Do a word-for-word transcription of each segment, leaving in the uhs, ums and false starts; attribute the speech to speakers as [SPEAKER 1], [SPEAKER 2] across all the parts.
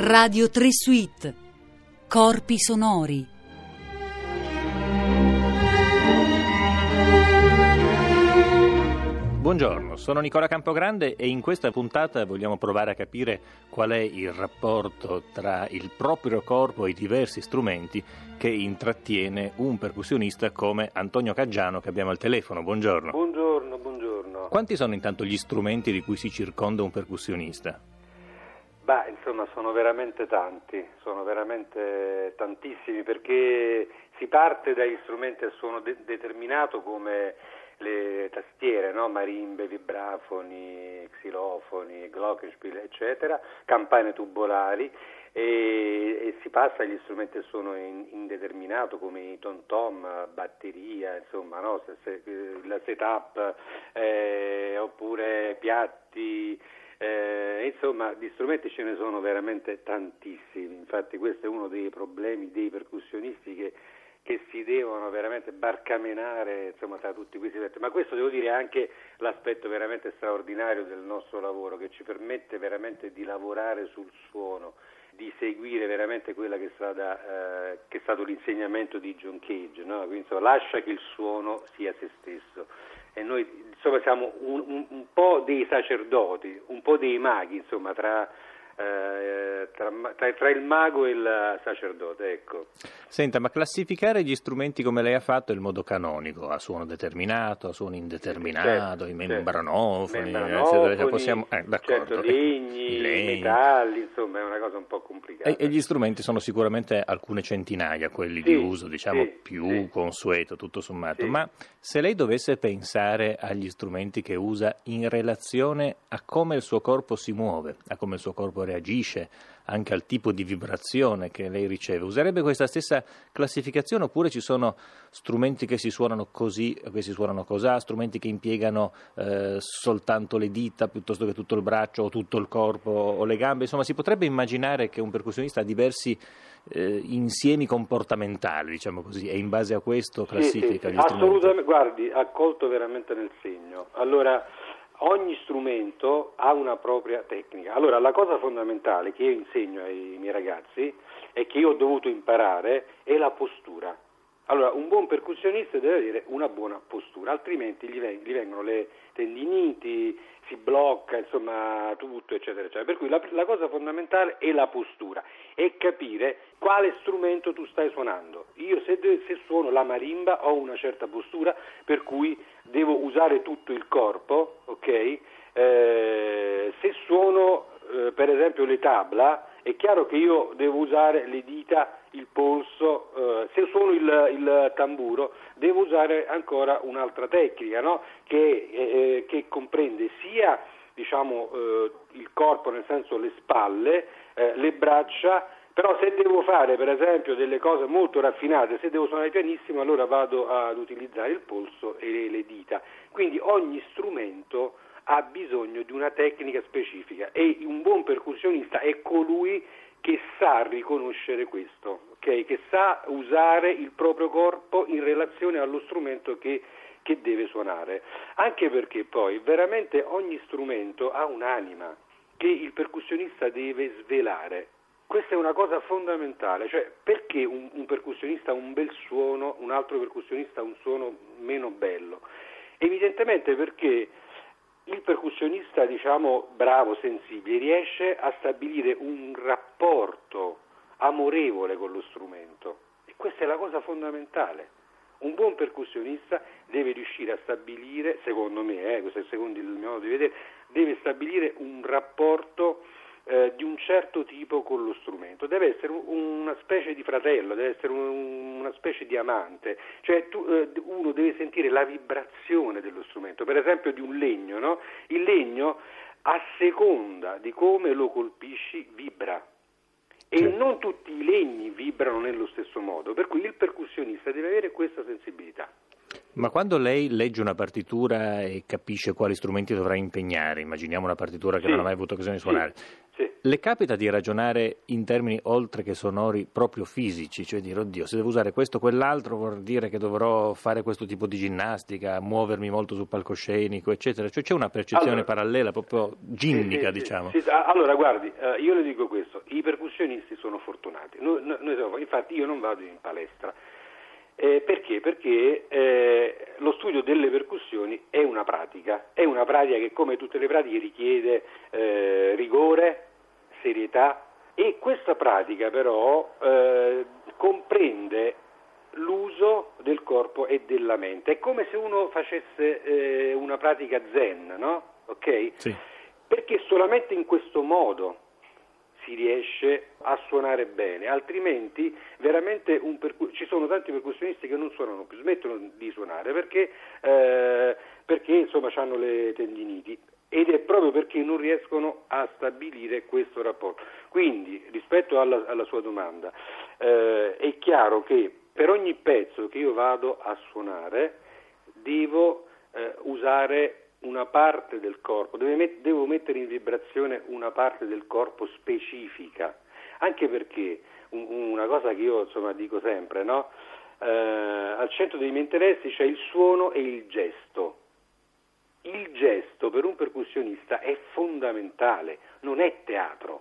[SPEAKER 1] Radio tre Suite. Corpi sonori.
[SPEAKER 2] Buongiorno, sono Nicola Campogrande e in questa puntata vogliamo provare a capire qual è il rapporto tra il proprio corpo e i diversi strumenti che intrattiene un percussionista come Antonio Caggiano, che abbiamo al telefono. Buongiorno.
[SPEAKER 3] Buongiorno, buongiorno.
[SPEAKER 2] Quanti sono intanto gli strumenti di cui si circonda un percussionista?
[SPEAKER 3] Beh, insomma, sono veramente tanti, sono veramente tantissimi, perché si parte dagli strumenti a suono de- determinato come le tastiere, no? Marimbe, vibrafoni, xilofoni, glockenspiel, eccetera, campane tubolari, e, e si passa agli strumenti a suono in- indeterminato come i tom-tom, batteria, insomma, no? se, se, la setup, eh, oppure piatti. Eh, insomma, di strumenti ce ne sono veramente tantissimi. Infatti questo è uno dei problemi dei percussionisti che, che si devono veramente barcamenare, insomma, tra tutti questi aspetti. Ma questo, devo dire, è anche l'aspetto veramente straordinario del nostro lavoro, che ci permette veramente di lavorare sul suono, di seguire veramente quella che è stata eh, che è stato l'insegnamento di John Cage, no? Quindi, insomma, lascia che il suono sia se stesso. E noi, insomma, siamo un, un, un po' dei sacerdoti, un po' dei maghi, insomma, tra, eh, tra, tra, tra il mago e il sacerdote, ecco.
[SPEAKER 2] Senta, ma classificare gli strumenti come lei ha fatto è il modo canonico, a suono determinato, a suono indeterminato,
[SPEAKER 3] certo,
[SPEAKER 2] i membranofoni,
[SPEAKER 3] membranofoni,
[SPEAKER 2] eccetera, possiamo, eh, d'accordo.
[SPEAKER 3] Certo, legni,
[SPEAKER 2] legni,
[SPEAKER 3] metalli, insomma, è una cosa un po' complicata.
[SPEAKER 2] E, e gli strumenti sono sicuramente alcune centinaia, quelli
[SPEAKER 3] sì,
[SPEAKER 2] di uso, diciamo,
[SPEAKER 3] sì,
[SPEAKER 2] più
[SPEAKER 3] sì.
[SPEAKER 2] consueto, tutto sommato.
[SPEAKER 3] Sì.
[SPEAKER 2] Ma se lei dovesse pensare agli strumenti che usa in relazione a come il suo corpo si muove, a come il suo corpo reagisce, anche al tipo di vibrazione che lei riceve, userebbe questa stessa classificazione, oppure ci sono strumenti che si suonano così, che si suonano cosà, strumenti che impiegano eh, soltanto le dita piuttosto che tutto il braccio o tutto il corpo o le gambe? Insomma, si potrebbe immaginare che un percussionista ha diversi eh, insiemi comportamentali, diciamo così, e in base a questo classifica
[SPEAKER 3] sì, sì,
[SPEAKER 2] gli strumenti.
[SPEAKER 3] Assolutamente, guardi, ha colto veramente nel segno. Allora, ogni strumento ha una propria tecnica. Allora, la cosa fondamentale che io insegno ai miei ragazzi e che io ho dovuto imparare è la postura. Allora, un buon percussionista deve avere una buona postura, altrimenti gli, veng- gli vengono le tendiniti, si blocca, insomma, tutto, eccetera, eccetera. Per cui la, la cosa fondamentale è la postura e capire quale strumento tu stai suonando. Io se, de- se suono la marimba ho una certa postura, per cui devo usare tutto il corpo, ok? Eh, se suono eh, per esempio le tabla, è chiaro che io devo usare le dita, il polso. Eh, se suono il, il tamburo devo usare ancora un'altra tecnica, no? Che, eh, che comprende sia, diciamo, eh, il corpo, nel senso le spalle, eh, le braccia. Però se devo fare per esempio delle cose molto raffinate, se devo suonare pianissimo, allora vado ad utilizzare il polso e le dita. Quindi ogni strumento ha bisogno di una tecnica specifica e un buon percussionista è colui che sa riconoscere questo, okay? Che sa usare il proprio corpo in relazione allo strumento che, che deve suonare. Anche perché poi veramente ogni strumento ha un'anima che il percussionista deve svelare. Questa è una cosa fondamentale, cioè perché un, un percussionista ha un bel suono, un altro percussionista ha un suono meno bello? Evidentemente perché il percussionista, diciamo, bravo, sensibile, riesce a stabilire un rapporto amorevole con lo strumento e questa è la cosa fondamentale. Un buon percussionista deve riuscire a stabilire, secondo me, eh, questo è secondo il mio modo di vedere, deve stabilire un rapporto eh, di un certo tipo con lo strumento. Deve essere un, una specie di fratello, deve essere un, una specie di amante, cioè tu, eh, uno deve sentire la vibrazione dello strumento, per esempio di un legno, no? Il legno, a seconda di come lo colpisci, vibra. E
[SPEAKER 2] Certo.
[SPEAKER 3] Non tutti i legni vibrano nello stesso modo, per cui il percussionista deve avere questa sensibilità.
[SPEAKER 2] Ma quando lei legge una partitura e capisce quali strumenti dovrà impegnare, immaginiamo una partitura che
[SPEAKER 3] sì.
[SPEAKER 2] non ha mai avuto occasione di suonare,
[SPEAKER 3] sì. Sì.
[SPEAKER 2] le capita di ragionare in termini oltre che sonori proprio fisici, cioè dire oddio se devo usare questo o quell'altro vuol dire che dovrò fare questo tipo di ginnastica, muovermi molto sul palcoscenico eccetera, cioè c'è una percezione
[SPEAKER 3] allora,
[SPEAKER 2] parallela proprio ginnica
[SPEAKER 3] sì, sì,
[SPEAKER 2] diciamo.
[SPEAKER 3] Sì, sì. Allora guardi, eh, io le dico questo, i percussionisti sono fortunati, noi, noi siamo, infatti io non vado in palestra. Eh, perché? Perché eh, lo studio delle percussioni è una pratica, è una pratica che come tutte le pratiche richiede eh, rigore, serietà e questa pratica però eh, comprende l'uso del corpo e della mente. È come se uno facesse eh, una pratica zen, no? Ok?
[SPEAKER 2] Sì.
[SPEAKER 3] Perché solamente in questo modo si riesce a suonare bene, altrimenti veramente un percu- ci sono tanti percussionisti che non suonano più, smettono di suonare perché, eh, perché insomma hanno le tendiniti ed è proprio perché non riescono a stabilire questo rapporto. Quindi rispetto alla, alla sua domanda eh, è chiaro che per ogni pezzo che io vado a suonare devo eh, usare una parte del corpo, met- devo mettere in vibrazione una parte del corpo specifica, anche perché un- una cosa che io insomma dico sempre, no? Eh, al centro dei miei interessi c'è il suono e il gesto. Il gesto per un percussionista è fondamentale, non è teatro,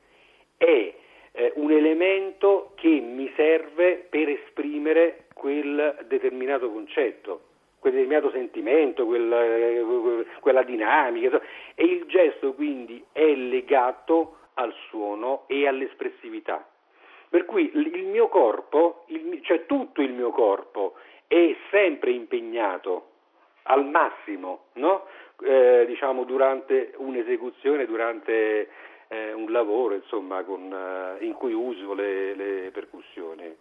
[SPEAKER 3] è eh, un elemento che mi serve per esprimere quel determinato concetto, quel determinato sentimento, quel, quella dinamica, e il gesto quindi è legato al suono e all'espressività. Per cui il mio corpo, il, cioè tutto il mio corpo, è sempre impegnato al massimo, no? Eh, diciamo durante un'esecuzione, durante eh, un lavoro, insomma, con, eh, in cui uso le, le percussioni.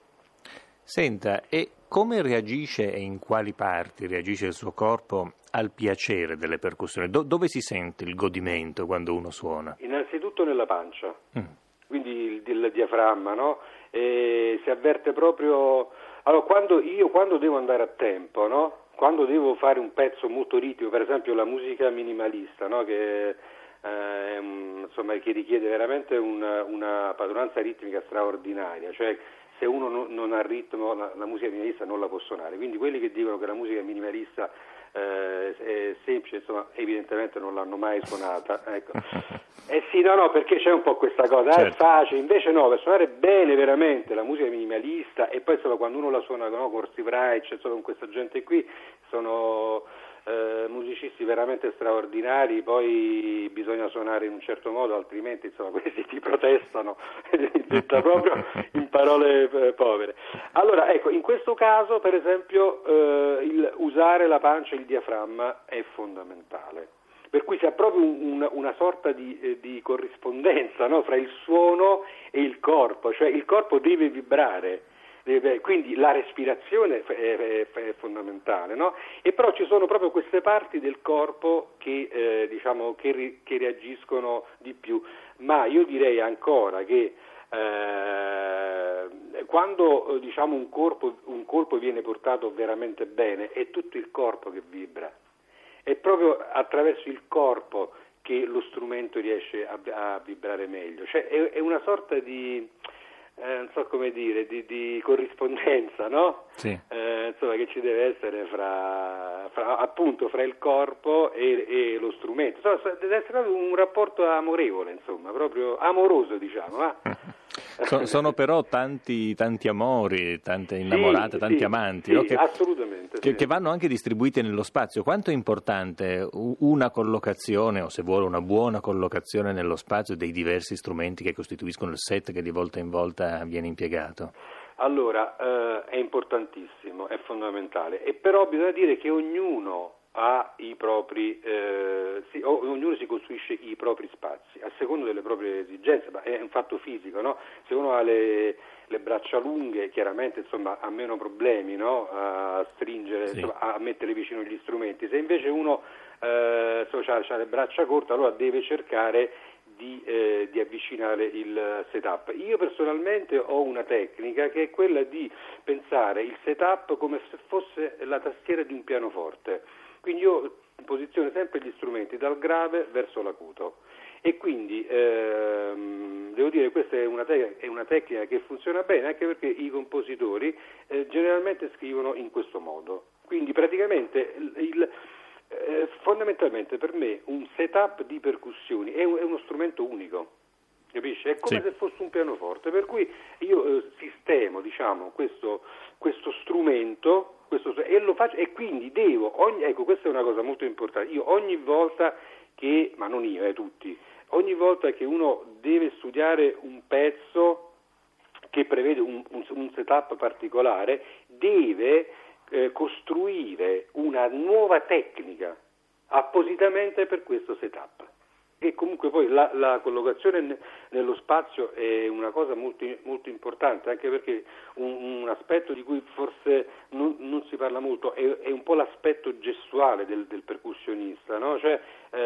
[SPEAKER 2] Senta, e come reagisce e in quali parti reagisce il suo corpo al piacere delle percussioni? Do- dove si sente il godimento quando uno suona?
[SPEAKER 3] Innanzitutto nella pancia,
[SPEAKER 2] Mm.
[SPEAKER 3] quindi il, il diaframma, no? E si avverte proprio. Allora, quando io quando devo andare a tempo, no? Quando devo fare un pezzo molto ritmico, per esempio la musica minimalista, no? Che eh, insomma che richiede veramente una, una padronanza ritmica straordinaria, cioè se uno non, non ha ritmo la, la musica minimalista non la può suonare, quindi quelli che dicono che la musica minimalista eh, è semplice, insomma evidentemente non l'hanno mai suonata, ecco. Eh sì, no, no, perché c'è un po' questa cosa, certo. È facile, invece no, per suonare bene veramente la musica minimalista e poi insomma quando uno la suona, no, con Steve Reich, insomma con questa gente qui, sono eh, musicisti veramente straordinari, poi bisogna suonare in un certo modo, altrimenti insomma questi ti protestano, detta proprio in parole eh, povere. Allora, ecco, in questo caso per esempio eh, il usare la pancia e il diaframma è fondamentale. Per cui si ha proprio un, una sorta di, eh, di corrispondenza, no? Fra il suono e il corpo, cioè il corpo deve vibrare, deve, quindi la respirazione è, è, è fondamentale, no? E però ci sono proprio queste parti del corpo che, eh, diciamo, che, ri, che reagiscono di più, ma io direi ancora che eh, quando diciamo, un, corpo, un colpo viene portato veramente bene è tutto il corpo che vibra. È proprio attraverso il corpo che lo strumento riesce a, a vibrare meglio, cioè è, è una sorta di, eh, non so come dire, di, di corrispondenza, no?
[SPEAKER 2] Sì.
[SPEAKER 3] Eh, insomma, che ci deve essere fra, fra appunto fra il corpo e, e lo strumento. Insomma, deve essere proprio un rapporto amorevole, insomma, proprio amoroso, diciamo. Eh?
[SPEAKER 2] So, sono però tanti, tanti amori, tante innamorate,
[SPEAKER 3] sì,
[SPEAKER 2] tanti
[SPEAKER 3] sì,
[SPEAKER 2] amanti,
[SPEAKER 3] sì,
[SPEAKER 2] no? che,
[SPEAKER 3] assolutamente,
[SPEAKER 2] che,
[SPEAKER 3] sì.
[SPEAKER 2] che vanno anche distribuiti nello spazio. Quanto è importante una collocazione, o se vuole una buona collocazione nello spazio dei diversi strumenti che costituiscono il set che di volta in volta viene impiegato?
[SPEAKER 3] Allora, eh, è importantissimo, è fondamentale, e però bisogna dire che ognuno ha i propri, eh, sì, ognuno si costruisce i propri spazi a seconda delle proprie esigenze, ma è un fatto fisico, no? Se uno ha le, le braccia lunghe, chiaramente insomma ha meno problemi, no? A stringere, sì. Insomma, a mettere vicino gli strumenti. Se invece uno eh, ha le braccia corte, allora deve cercare di, eh, di avvicinare il setup. Io personalmente ho una tecnica che è quella di pensare il setup come se fosse la tastiera di un pianoforte, quindi io posiziono sempre gli strumenti dal grave verso l'acuto e quindi ehm, devo dire questa è una, te- è una tecnica che funziona bene, anche perché i compositori eh, generalmente scrivono in questo modo, quindi praticamente il, il Eh, fondamentalmente per me un setup di percussioni è, è uno strumento unico, capisci? È come
[SPEAKER 2] sì.
[SPEAKER 3] se fosse un pianoforte, per cui io eh, sistemo diciamo questo, questo strumento questo, e lo faccio e quindi devo ogni, ecco questa è una cosa molto importante, io ogni volta che, ma non io, eh, tutti, ogni volta che uno deve studiare un pezzo che prevede un, un, un setup particolare deve Eh, costruire una nuova tecnica appositamente per questo setup. E comunque poi la, la collocazione ne, nello spazio è una cosa molto, molto importante, anche perché un, un aspetto di cui forse non, non si parla molto è, è un po' l'aspetto gestuale del, del percussionista, no? Cioè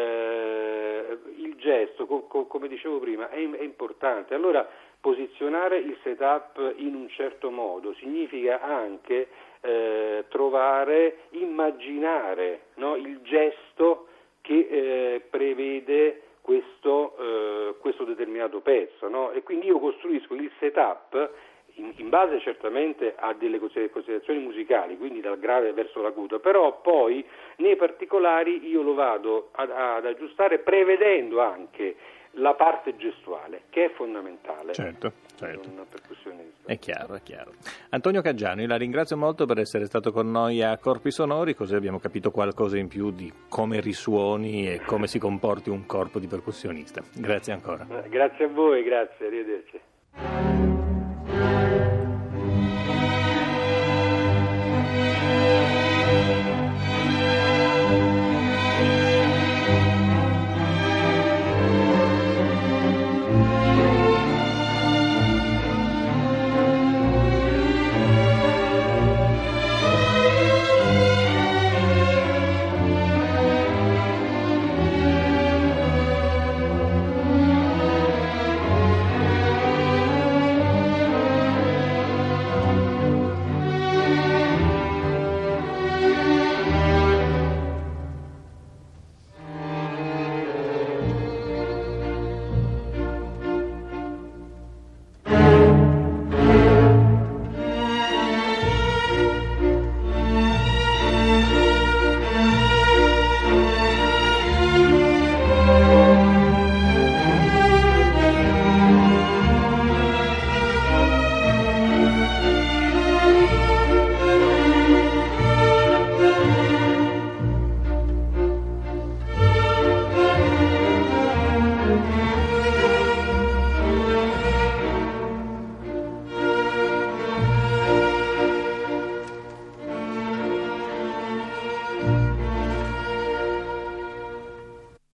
[SPEAKER 3] eh, il gesto, co, co, come dicevo prima, è, è importante. Allora posizionare il setup in un certo modo significa anche eh, trovare, immaginare, no? il gesto che eh, prevede questo, eh, questo determinato pezzo, no? E quindi io costruisco il setup in, in base certamente a delle considerazioni musicali, quindi dal grave verso l'acuto, però poi nei particolari io lo vado ad, ad aggiustare prevedendo anche la parte gestuale, che è fondamentale.
[SPEAKER 2] Certo, certo.
[SPEAKER 3] Un percussionista.
[SPEAKER 2] È chiaro, è chiaro. Antonio Caggiano, io la ringrazio molto per essere stato con noi a Corpi Sonori, così abbiamo capito qualcosa in più di come risuoni e come si comporti un corpo di percussionista. Grazie ancora.
[SPEAKER 3] Grazie a voi, grazie, arrivederci.